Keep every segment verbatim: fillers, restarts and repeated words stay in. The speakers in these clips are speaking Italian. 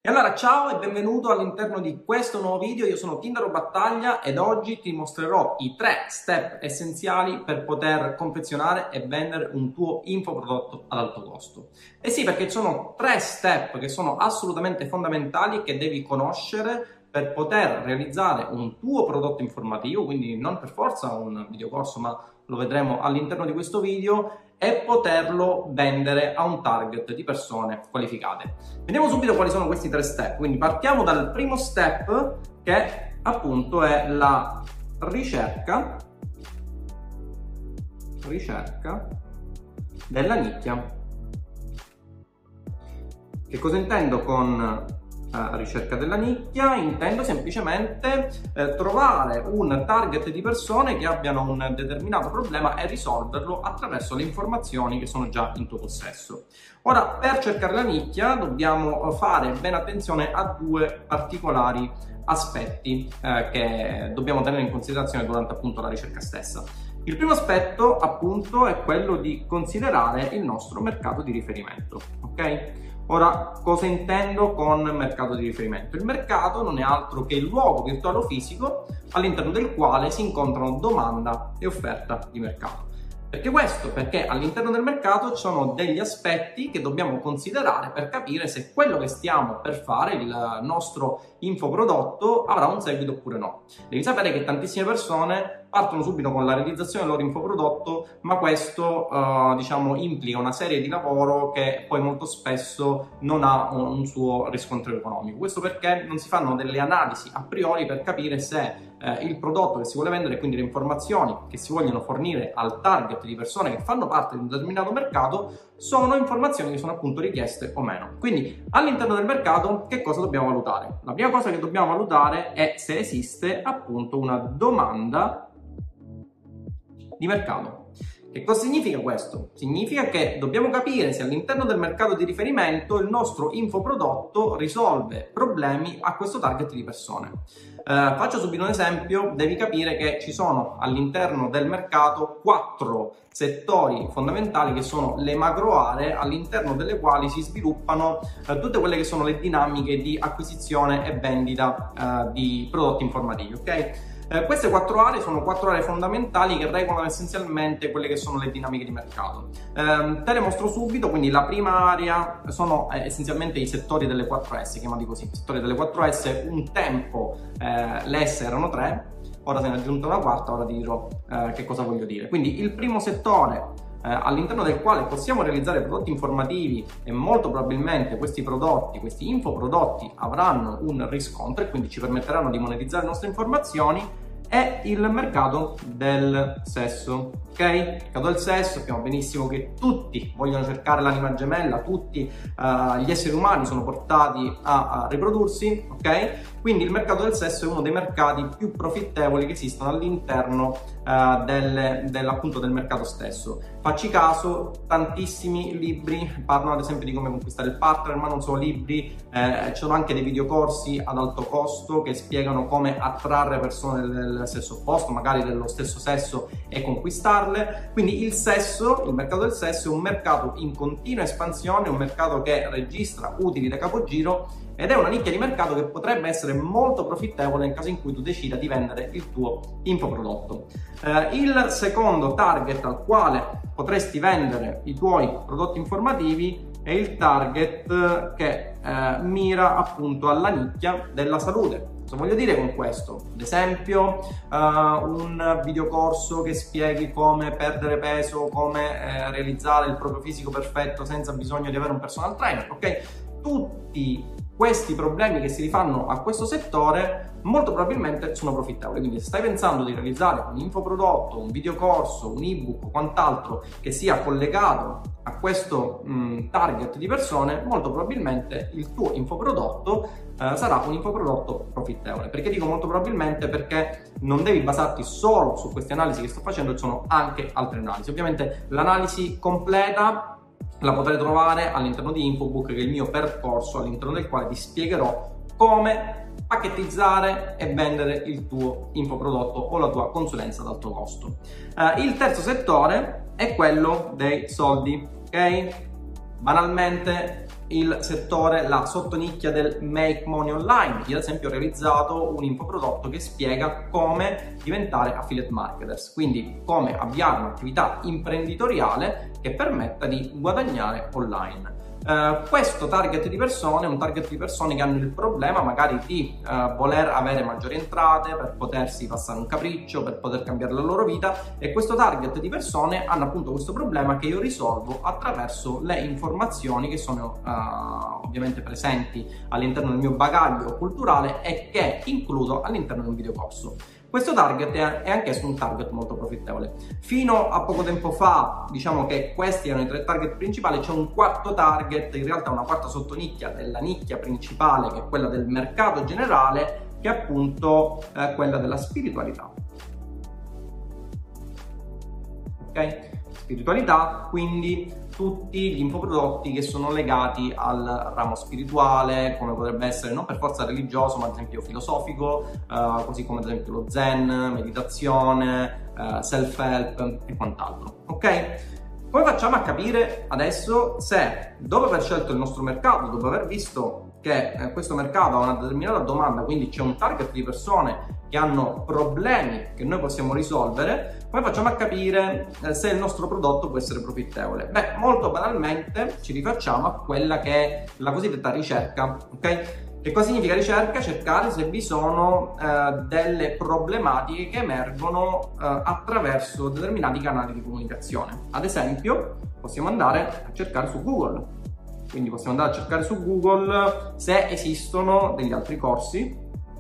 E allora ciao e benvenuto all'interno di questo nuovo video. Io sono Tindaro Battaglia ed oggi ti mostrerò i tre step essenziali per poter confezionare e vendere un tuo infoprodotto ad alto costo. E sì, perché sono tre step che sono assolutamente fondamentali che devi conoscere per poter realizzare un tuo prodotto informativo, quindi non per forza un videocorso, ma lo vedremo all'interno di questo video, e poterlo vendere a un target di persone qualificate. Vediamo subito quali sono questi tre step. Quindi partiamo dal primo step, che appunto è la ricerca ricerca della nicchia. Che cosa intendo con ricerca della nicchia? Intendo semplicemente eh, trovare un target di persone che abbiano un determinato problema e risolverlo attraverso le informazioni che sono già in tuo possesso. Ora, per cercare la nicchia dobbiamo fare bene attenzione a due particolari aspetti eh, che dobbiamo tenere in considerazione durante appunto la ricerca stessa. Il primo aspetto appunto è quello di considerare il nostro mercato di riferimento, ok? Ora, cosa intendo con mercato di riferimento? Il mercato non è altro che il luogo virtuale o fisico all'interno del quale si incontrano domanda e offerta di mercato. Perché questo? Perché all'interno del mercato ci sono degli aspetti che dobbiamo considerare per capire se quello che stiamo per fare, il nostro infoprodotto, avrà un seguito oppure no. Devi sapere che tantissime persone partono subito con la realizzazione del loro infoprodotto, ma questo uh, diciamo implica una serie di lavoro che poi molto spesso non ha un, un suo riscontro economico. Questo perché non si fanno delle analisi a priori per capire se eh, il prodotto che si vuole vendere, quindi le informazioni che si vogliono fornire al target di persone che fanno parte di un determinato mercato, sono informazioni che sono appunto richieste o meno. Quindi all'interno del mercato che cosa dobbiamo valutare? La prima cosa che dobbiamo valutare è se esiste appunto una domanda di mercato. Che cosa significa questo? Significa che dobbiamo capire se all'interno del mercato di riferimento il nostro infoprodotto risolve problemi a questo target di persone. Eh, faccio subito un esempio. Devi capire che ci sono all'interno del mercato quattro settori fondamentali che sono le macro aree all'interno delle quali si sviluppano eh, tutte quelle che sono le dinamiche di acquisizione e vendita eh, di prodotti informativi, ok? Eh, queste quattro aree sono quattro aree fondamentali che regolano essenzialmente quelle che sono le dinamiche di mercato. Eh, te le mostro subito. Quindi la prima area sono eh, essenzialmente i settori delle quattro S, chiamati così, i settori delle quattro S. Un tempo eh, le S erano tre, ora se ne è aggiunta una quarta, ora ti dirò eh, che cosa voglio dire. Quindi il primo settore Eh, all'interno del quale possiamo realizzare prodotti informativi, e molto probabilmente questi prodotti, questi infoprodotti avranno un riscontro e quindi ci permetteranno di monetizzare le nostre informazioni, è il mercato del sesso, ok? Il mercato del sesso, sappiamo benissimo che tutti vogliono cercare l'anima gemella, tutti uh, gli esseri umani sono portati a, a riprodursi, ok? Quindi il mercato del sesso è uno dei mercati più profittevoli che esistono all'interno uh, del, del, appunto, del mercato stesso. Facci caso, tantissimi libri parlano ad esempio di come conquistare il partner, ma non solo libri, eh, ci sono anche dei videocorsi ad alto costo che spiegano come attrarre persone del sesso opposto, magari dello stesso sesso, e conquistarle. Quindi il sesso, il mercato del sesso è un mercato in continua espansione, un mercato che registra utili da capogiro ed è una nicchia di mercato che potrebbe essere molto profittevole nel caso in cui tu decida di vendere il tuo infoprodotto. Eh, il secondo target al quale potresti vendere i tuoi prodotti informativi è il target che eh, mira appunto alla nicchia della salute. Cosa voglio dire con questo? Ad esempio uh, un videocorso che spieghi come perdere peso, come eh, realizzare il proprio fisico perfetto senza bisogno di avere un personal trainer, ok? Tutti questi problemi che si rifanno a questo settore molto probabilmente sono profittevoli. Quindi se stai pensando di realizzare un infoprodotto, un videocorso, un ebook o quant'altro che sia collegato a questo mh, target di persone, molto probabilmente il tuo infoprodotto eh, sarà un infoprodotto profittevole. Perché dico molto probabilmente? Perché non devi basarti solo su queste analisi che sto facendo, ci sono anche altre analisi. Ovviamente l'analisi completa la potrai trovare all'interno di Infobook, che è il mio percorso all'interno del quale ti spiegherò come pacchettizzare e vendere il tuo infoprodotto o la tua consulenza ad alto costo. Uh, il terzo settore è quello dei soldi, ok? Banalmente il settore, la sottonicchia del make money online. Io ad esempio ho realizzato un infoprodotto che spiega come diventare affiliate marketers, quindi come avviare un'attività imprenditoriale che permetta di guadagnare online. Uh, questo target di persone è un target di persone che hanno il problema magari di uh, voler avere maggiori entrate per potersi passare un capriccio, per poter cambiare la loro vita, e questo target di persone hanno appunto questo problema che io risolvo attraverso le informazioni che sono uh, ovviamente presenti all'interno del mio bagaglio culturale e che includo all'interno di un videocorso. Questo target è anch'esso un target molto profittevole. Fino a poco tempo fa, diciamo che questi erano i tre target principali, c'è un quarto target, in realtà una quarta sottonicchia della nicchia principale, che è quella del mercato generale, che è appunto eh, quella della spiritualità. Ok? Spiritualità, quindi tutti gli infoprodotti che sono legati al ramo spirituale, come potrebbe essere non per forza religioso, ma ad esempio filosofico, eh, così come ad esempio lo zen, meditazione, eh, self-help e quant'altro. Ok? Come facciamo a capire adesso se, dopo aver scelto il nostro mercato, dopo aver visto che eh, questo mercato ha una determinata domanda, quindi c'è un target di persone che hanno problemi che noi possiamo risolvere, come facciamo a capire eh, se il nostro prodotto può essere profittevole? Beh, molto banalmente ci rifacciamo a quella che è la cosiddetta ricerca, ok? Che cosa significa ricerca? Cercare se vi sono eh, delle problematiche che emergono eh, attraverso determinati canali di comunicazione. Ad esempio, possiamo andare a cercare su Google. Quindi possiamo andare a cercare su Google se esistono degli altri corsi.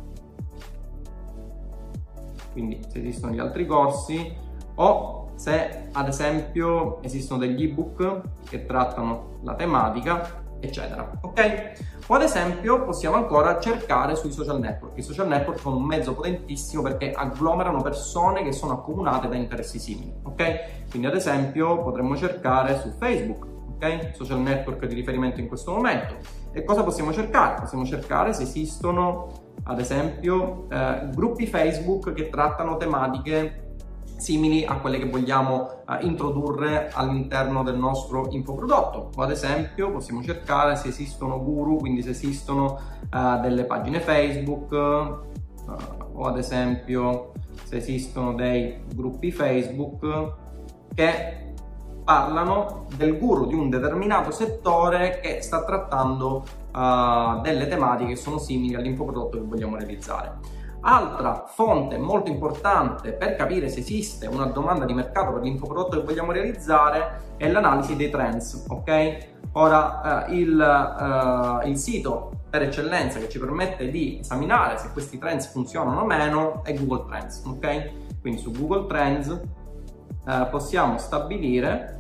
Quindi se esistono degli altri corsi, o se ad esempio esistono degli ebook che trattano la tematica, eccetera. Ok? O ad esempio possiamo ancora cercare sui social network. I social network sono un mezzo potentissimo perché agglomerano persone che sono accomunate da interessi simili. Ok? Quindi ad esempio potremmo cercare su Facebook, ok? Social network di riferimento in questo momento. E cosa possiamo cercare? Possiamo cercare se esistono ad esempio eh, gruppi Facebook che trattano tematiche simili a quelle che vogliamo uh, introdurre all'interno del nostro infoprodotto, o ad esempio possiamo cercare se esistono guru, quindi se esistono uh, delle pagine Facebook, uh, o ad esempio se esistono dei gruppi Facebook che parlano del guru di un determinato settore che sta trattando uh, delle tematiche che sono simili all'infoprodotto che vogliamo realizzare. Altra fonte molto importante per capire se esiste una domanda di mercato per l'infoprodotto che vogliamo realizzare è l'analisi dei trends, ok? Ora eh, il, eh, il sito per eccellenza che ci permette di esaminare se questi trends funzionano o meno è Google Trends, ok? Quindi su Google Trends eh, possiamo stabilire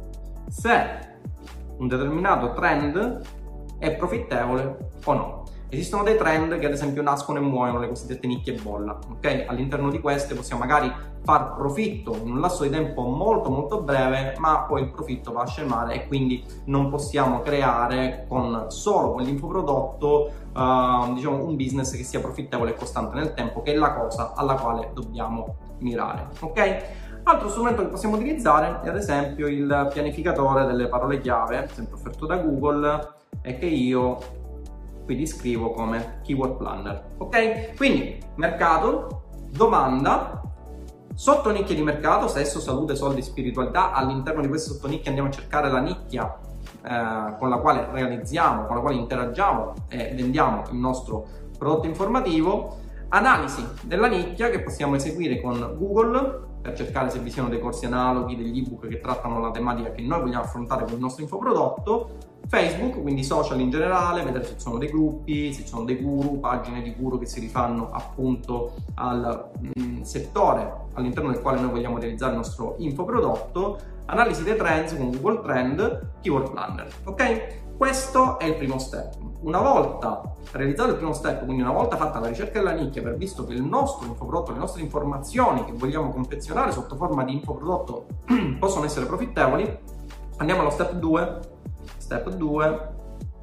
se un determinato trend è profittevole o no. Esistono dei trend che ad esempio nascono e muoiono, le cosiddette nicchie bolla, ok? All'interno di queste possiamo magari far profitto in un lasso di tempo molto molto breve, ma poi il profitto va a scemare e quindi non possiamo creare con solo con l'infoprodotto uh, diciamo un business che sia profittevole e costante nel tempo, che è la cosa alla quale dobbiamo mirare, ok? Altro strumento che possiamo utilizzare è ad esempio il pianificatore delle parole chiave, sempre offerto da Google, e che io qui descrivo come keyword planner, ok? Quindi mercato, domanda, sottonicchie di mercato, sesso, salute, soldi, spiritualità. All'interno di queste sottonicchie andiamo a cercare la nicchia eh, con la quale realizziamo, con la quale interagiamo e vendiamo il nostro prodotto informativo. Analisi della nicchia che possiamo eseguire con Google per cercare se vi siano dei corsi analoghi, degli ebook che trattano la tematica che noi vogliamo affrontare con il nostro infoprodotto. Facebook, quindi social in generale, vedere se ci sono dei gruppi, se ci sono dei guru, pagine di guru che si rifanno appunto al mh, settore all'interno del quale noi vogliamo realizzare il nostro infoprodotto. Analisi dei trends con Google Trend, Keyword Planner, ok? Questo è il primo step. Una volta realizzato il primo step, quindi una volta fatta la ricerca della nicchia, per visto che il nostro infoprodotto, le nostre informazioni che vogliamo confezionare sotto forma di infoprodotto possono essere profittevoli, andiamo allo step due. Step due,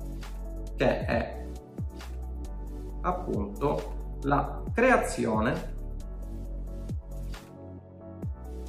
che è appunto la creazione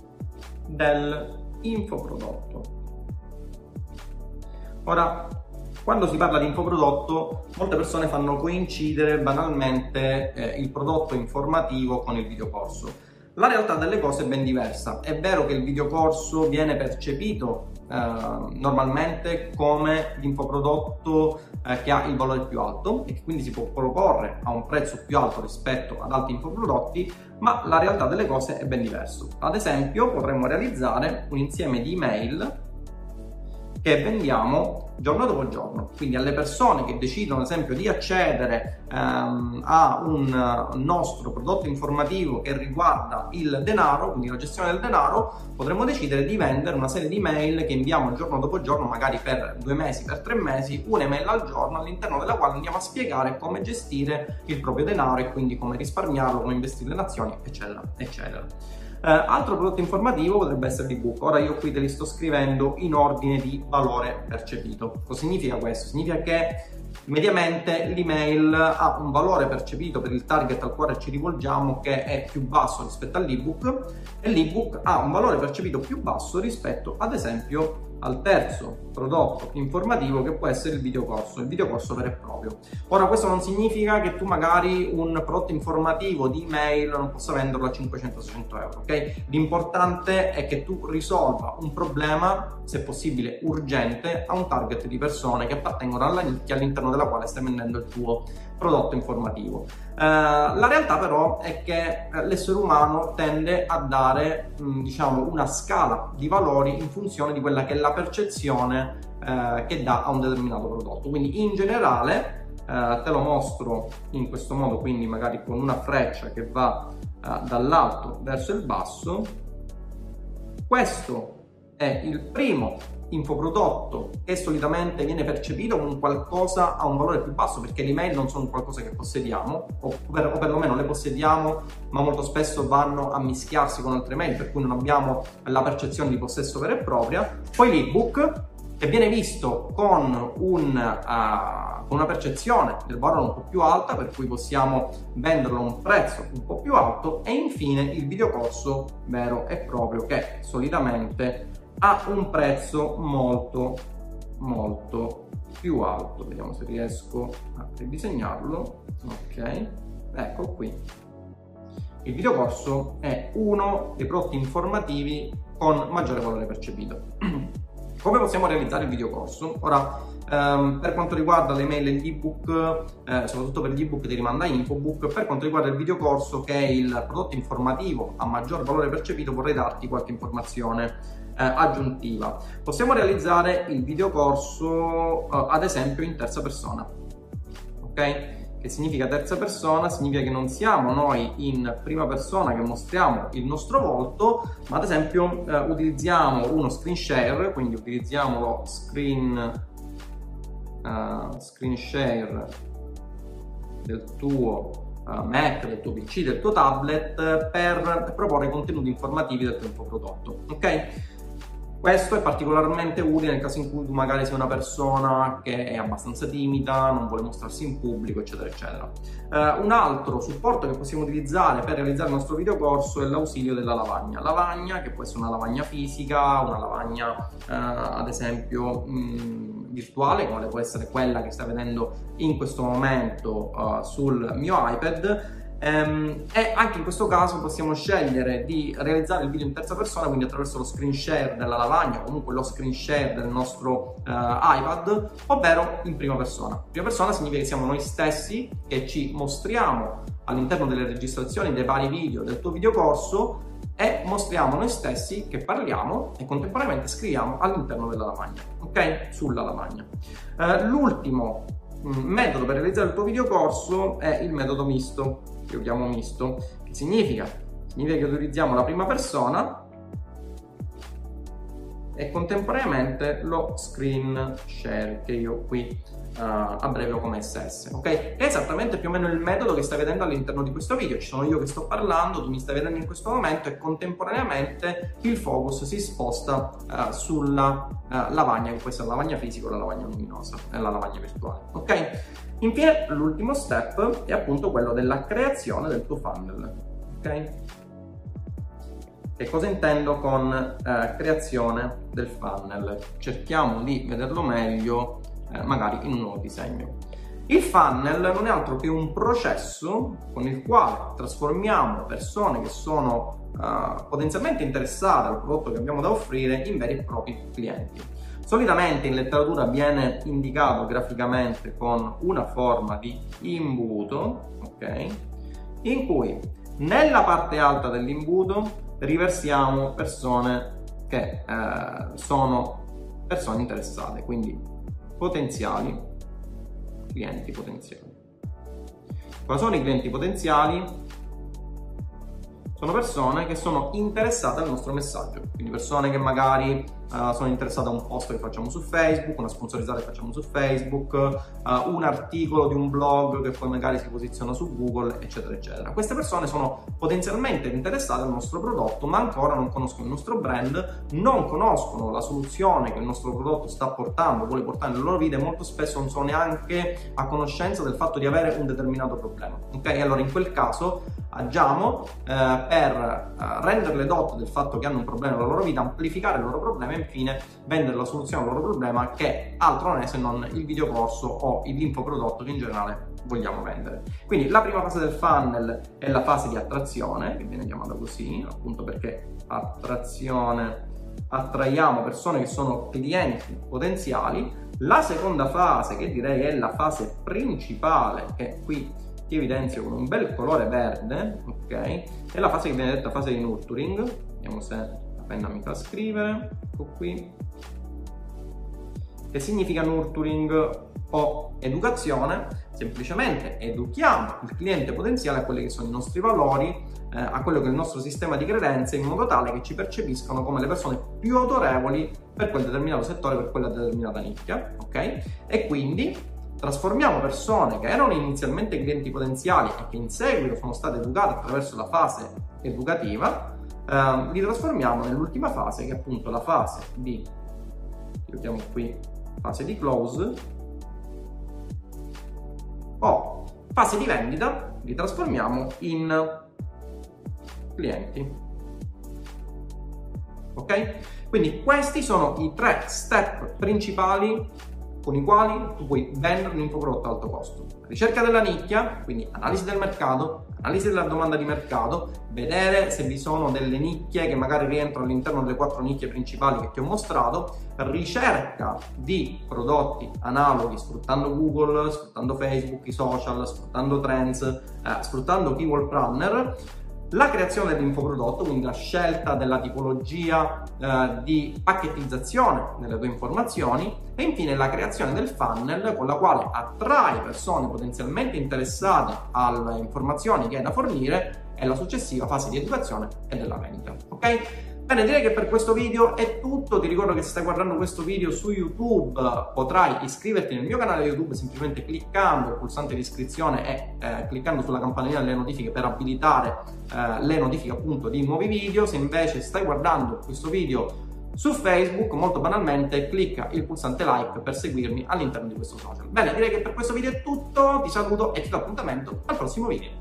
del infoprodotto. Ora, Quando si parla di infoprodotto, molte persone fanno coincidere banalmente eh, il prodotto informativo con il videocorso. La realtà delle cose è ben diversa. È vero che il videocorso viene percepito eh, normalmente come l'infoprodotto eh, che ha il valore più alto e che quindi si può proporre a un prezzo più alto rispetto ad altri infoprodotti, ma la realtà delle cose è ben diverso. Ad esempio, potremmo realizzare un insieme di email che vendiamo giorno dopo giorno, quindi alle persone che decidono ad esempio di accedere ehm, a un nostro prodotto informativo che riguarda il denaro, quindi la gestione del denaro, potremmo decidere di vendere una serie di email che inviamo giorno dopo giorno, magari per due mesi, per tre mesi, un'email al giorno all'interno della quale andiamo a spiegare come gestire il proprio denaro e quindi come risparmiarlo, come investire in azioni, eccetera, eccetera. Uh, altro prodotto informativo potrebbe essere l'ebook. Ora io qui te li sto scrivendo in ordine di valore percepito. Cosa significa questo? Significa che mediamente l'email ha un valore percepito per il target al quale ci rivolgiamo che è più basso rispetto all'ebook, e l'ebook ha un valore percepito più basso rispetto ad esempio al terzo prodotto informativo, che può essere il videocorso, il videocorso vero e proprio. Ora, questo non significa che tu magari un prodotto informativo di email non possa venderlo a cinquecento seicento euro, ok? L'importante è che tu risolva un problema, se possibile urgente, a un target di persone che appartengono alla nicchia all'interno della quale stai vendendo il tuo prodotto informativo. Uh, la realtà però è che uh, l'essere umano tende a dare mh, diciamo una scala di valori in funzione di quella che è la percezione uh, che dà a un determinato prodotto. Quindi in generale uh, te lo mostro in questo modo, quindi magari con una freccia che va uh, dall'alto verso il basso. Questo è il primo infoprodotto che solitamente viene percepito come qualcosa a un valore più basso, perché le email non sono qualcosa che possediamo, o, per, o perlomeno le possediamo, ma molto spesso vanno a mischiarsi con altre email, per cui non abbiamo la percezione di possesso vera e propria. Poi l'ebook, che viene visto con, un, uh, con una percezione del valore un po' più alta, per cui possiamo venderlo a un prezzo un po' più alto. E infine il videocorso vero e proprio, che solitamente ha un prezzo molto molto più alto. Vediamo se riesco a ridisegnarlo. Ok, ecco qui. Il videocorso è uno dei prodotti informativi con maggiore valore percepito. Come possiamo realizzare il videocorso? Ora, ehm, per quanto riguarda le mail e gli ebook, eh, soprattutto per gli ebook ti rimanda Infobook. Per quanto riguarda il videocorso, che è il prodotto informativo a maggior valore percepito, vorrei darti qualche informazione eh, aggiuntiva. Possiamo realizzare il videocorso eh, ad esempio in terza persona, ok? Che significa terza persona? Significa che non siamo noi in prima persona che mostriamo il nostro volto, ma ad esempio eh, utilizziamo uno screen share, quindi utilizziamo lo screen, uh, screen share del tuo uh, Mac, del tuo P C, del tuo tablet, per proporre i contenuti informativi del tuo infoprodotto, ok? Questo è particolarmente utile nel caso in cui tu magari sei una persona che è abbastanza timida, non vuole mostrarsi in pubblico, eccetera, eccetera. Uh, un altro supporto che possiamo utilizzare per realizzare il nostro videocorso è l'ausilio della lavagna. Lavagna che può essere una lavagna fisica, una lavagna uh, ad esempio mh, virtuale, come può essere quella che stai vedendo in questo momento uh, sul mio iPad. Um, e anche in questo caso possiamo scegliere di realizzare il video in terza persona, quindi attraverso lo screen share della lavagna o comunque lo screen share del nostro uh, iPad, ovvero in prima persona. Prima persona significa che siamo noi stessi che ci mostriamo all'interno delle registrazioni dei vari video del tuo videocorso, e mostriamo noi stessi che parliamo e contemporaneamente scriviamo all'interno della lavagna, ok? Sulla lavagna. Uh, l'ultimo metodo per realizzare il tuo videocorso è il metodo misto, che io chiamo misto. Che significa? Significa che utilizziamo la prima persona e contemporaneamente lo screen share, che io qui uh, abbrevo come S S, ok? È esattamente più o meno il metodo che stai vedendo all'interno di questo video. Ci sono io che sto parlando, tu mi stai vedendo in questo momento, e contemporaneamente il focus si sposta uh, sulla uh, lavagna, che può essere la lavagna fisica o la lavagna luminosa, e la lavagna virtuale, ok? Infine, l'ultimo step è appunto quello della creazione del tuo funnel, ok? Che cosa intendo con eh, creazione del funnel? Cerchiamo di vederlo meglio eh, magari in un nuovo disegno. Il funnel non è altro che un processo con il quale trasformiamo persone che sono uh, potenzialmente interessate al prodotto che abbiamo da offrire in veri e propri clienti. Solitamente in letteratura viene indicato graficamente con una forma di imbuto, ok? In cui nella parte alta dell'imbuto riversiamo persone che eh, sono persone interessate, quindi potenziali clienti potenziali. Cosa sono i clienti potenziali? Sono persone che sono interessate al nostro messaggio, quindi persone che magari uh, sono interessate a un post che facciamo su Facebook, una sponsorizzata che facciamo su Facebook, uh, un articolo di un blog che poi magari si posiziona su Google, eccetera, eccetera. Queste persone sono potenzialmente interessate al nostro prodotto, ma ancora non conoscono il nostro brand, non conoscono la soluzione che il nostro prodotto sta portando, vuole portare nelle loro vite, e molto spesso non sono neanche a conoscenza del fatto di avere un determinato problema. Ok? Allora in quel caso agiamo eh, per uh, renderle dot del fatto che hanno un problema nella loro vita, amplificare il loro problema e infine vendere la soluzione al loro problema, che altro non è se non il videocorso o l'infoprodotto che in generale vogliamo vendere. Quindi la prima fase del funnel è la fase di attrazione, che viene chiamata così appunto perché attrazione, attraiamo persone che sono clienti potenziali. La seconda fase, che direi è la fase principale, che qui ti evidenzio con un bel colore verde, ok? È la fase che viene detta fase di nurturing. Vediamo se la penna mi fa scrivere, ecco qui. Che significa nurturing o educazione? Semplicemente educhiamo il cliente potenziale a quelli che sono i nostri valori, eh, a quello che è il nostro sistema di credenze, in modo tale che ci percepiscono come le persone più autorevoli per quel determinato settore, per quella determinata nicchia, ok? E quindi trasformiamo persone che erano inizialmente clienti potenziali e che in seguito sono state educate attraverso la fase educativa, eh, li trasformiamo nell'ultima fase, che è appunto la fase di, chiudiamo qui, fase di close, o fase di vendita, li trasformiamo in clienti. Ok? Quindi questi sono i tre step principali con i quali tu puoi vendere un infoprodotto a alto costo. Ricerca della nicchia, quindi analisi del mercato, analisi della domanda di mercato, vedere se vi sono delle nicchie che magari rientrano all'interno delle quattro nicchie principali che ti ho mostrato, ricerca di prodotti analoghi sfruttando Google, sfruttando Facebook, i social, sfruttando Trends, eh, sfruttando Keyword Planner, la creazione dell'infoprodotto, quindi la scelta della tipologia eh, di pacchettizzazione delle tue informazioni, e infine la creazione del funnel con la quale attrai persone potenzialmente interessate alle informazioni che hai da fornire, e la successiva fase di educazione e della vendita. Ok? Bene, direi che per questo video è tutto. Ti ricordo che se stai guardando questo video su YouTube potrai iscriverti nel mio canale YouTube semplicemente cliccando il pulsante di iscrizione e eh, cliccando sulla campanellina delle notifiche per abilitare eh, le notifiche appunto di nuovi video. Se invece stai guardando questo video su Facebook, molto banalmente clicca il pulsante like per seguirmi all'interno di questo social. Bene, direi che per questo video è tutto. Ti saluto e ti do appuntamento al prossimo video.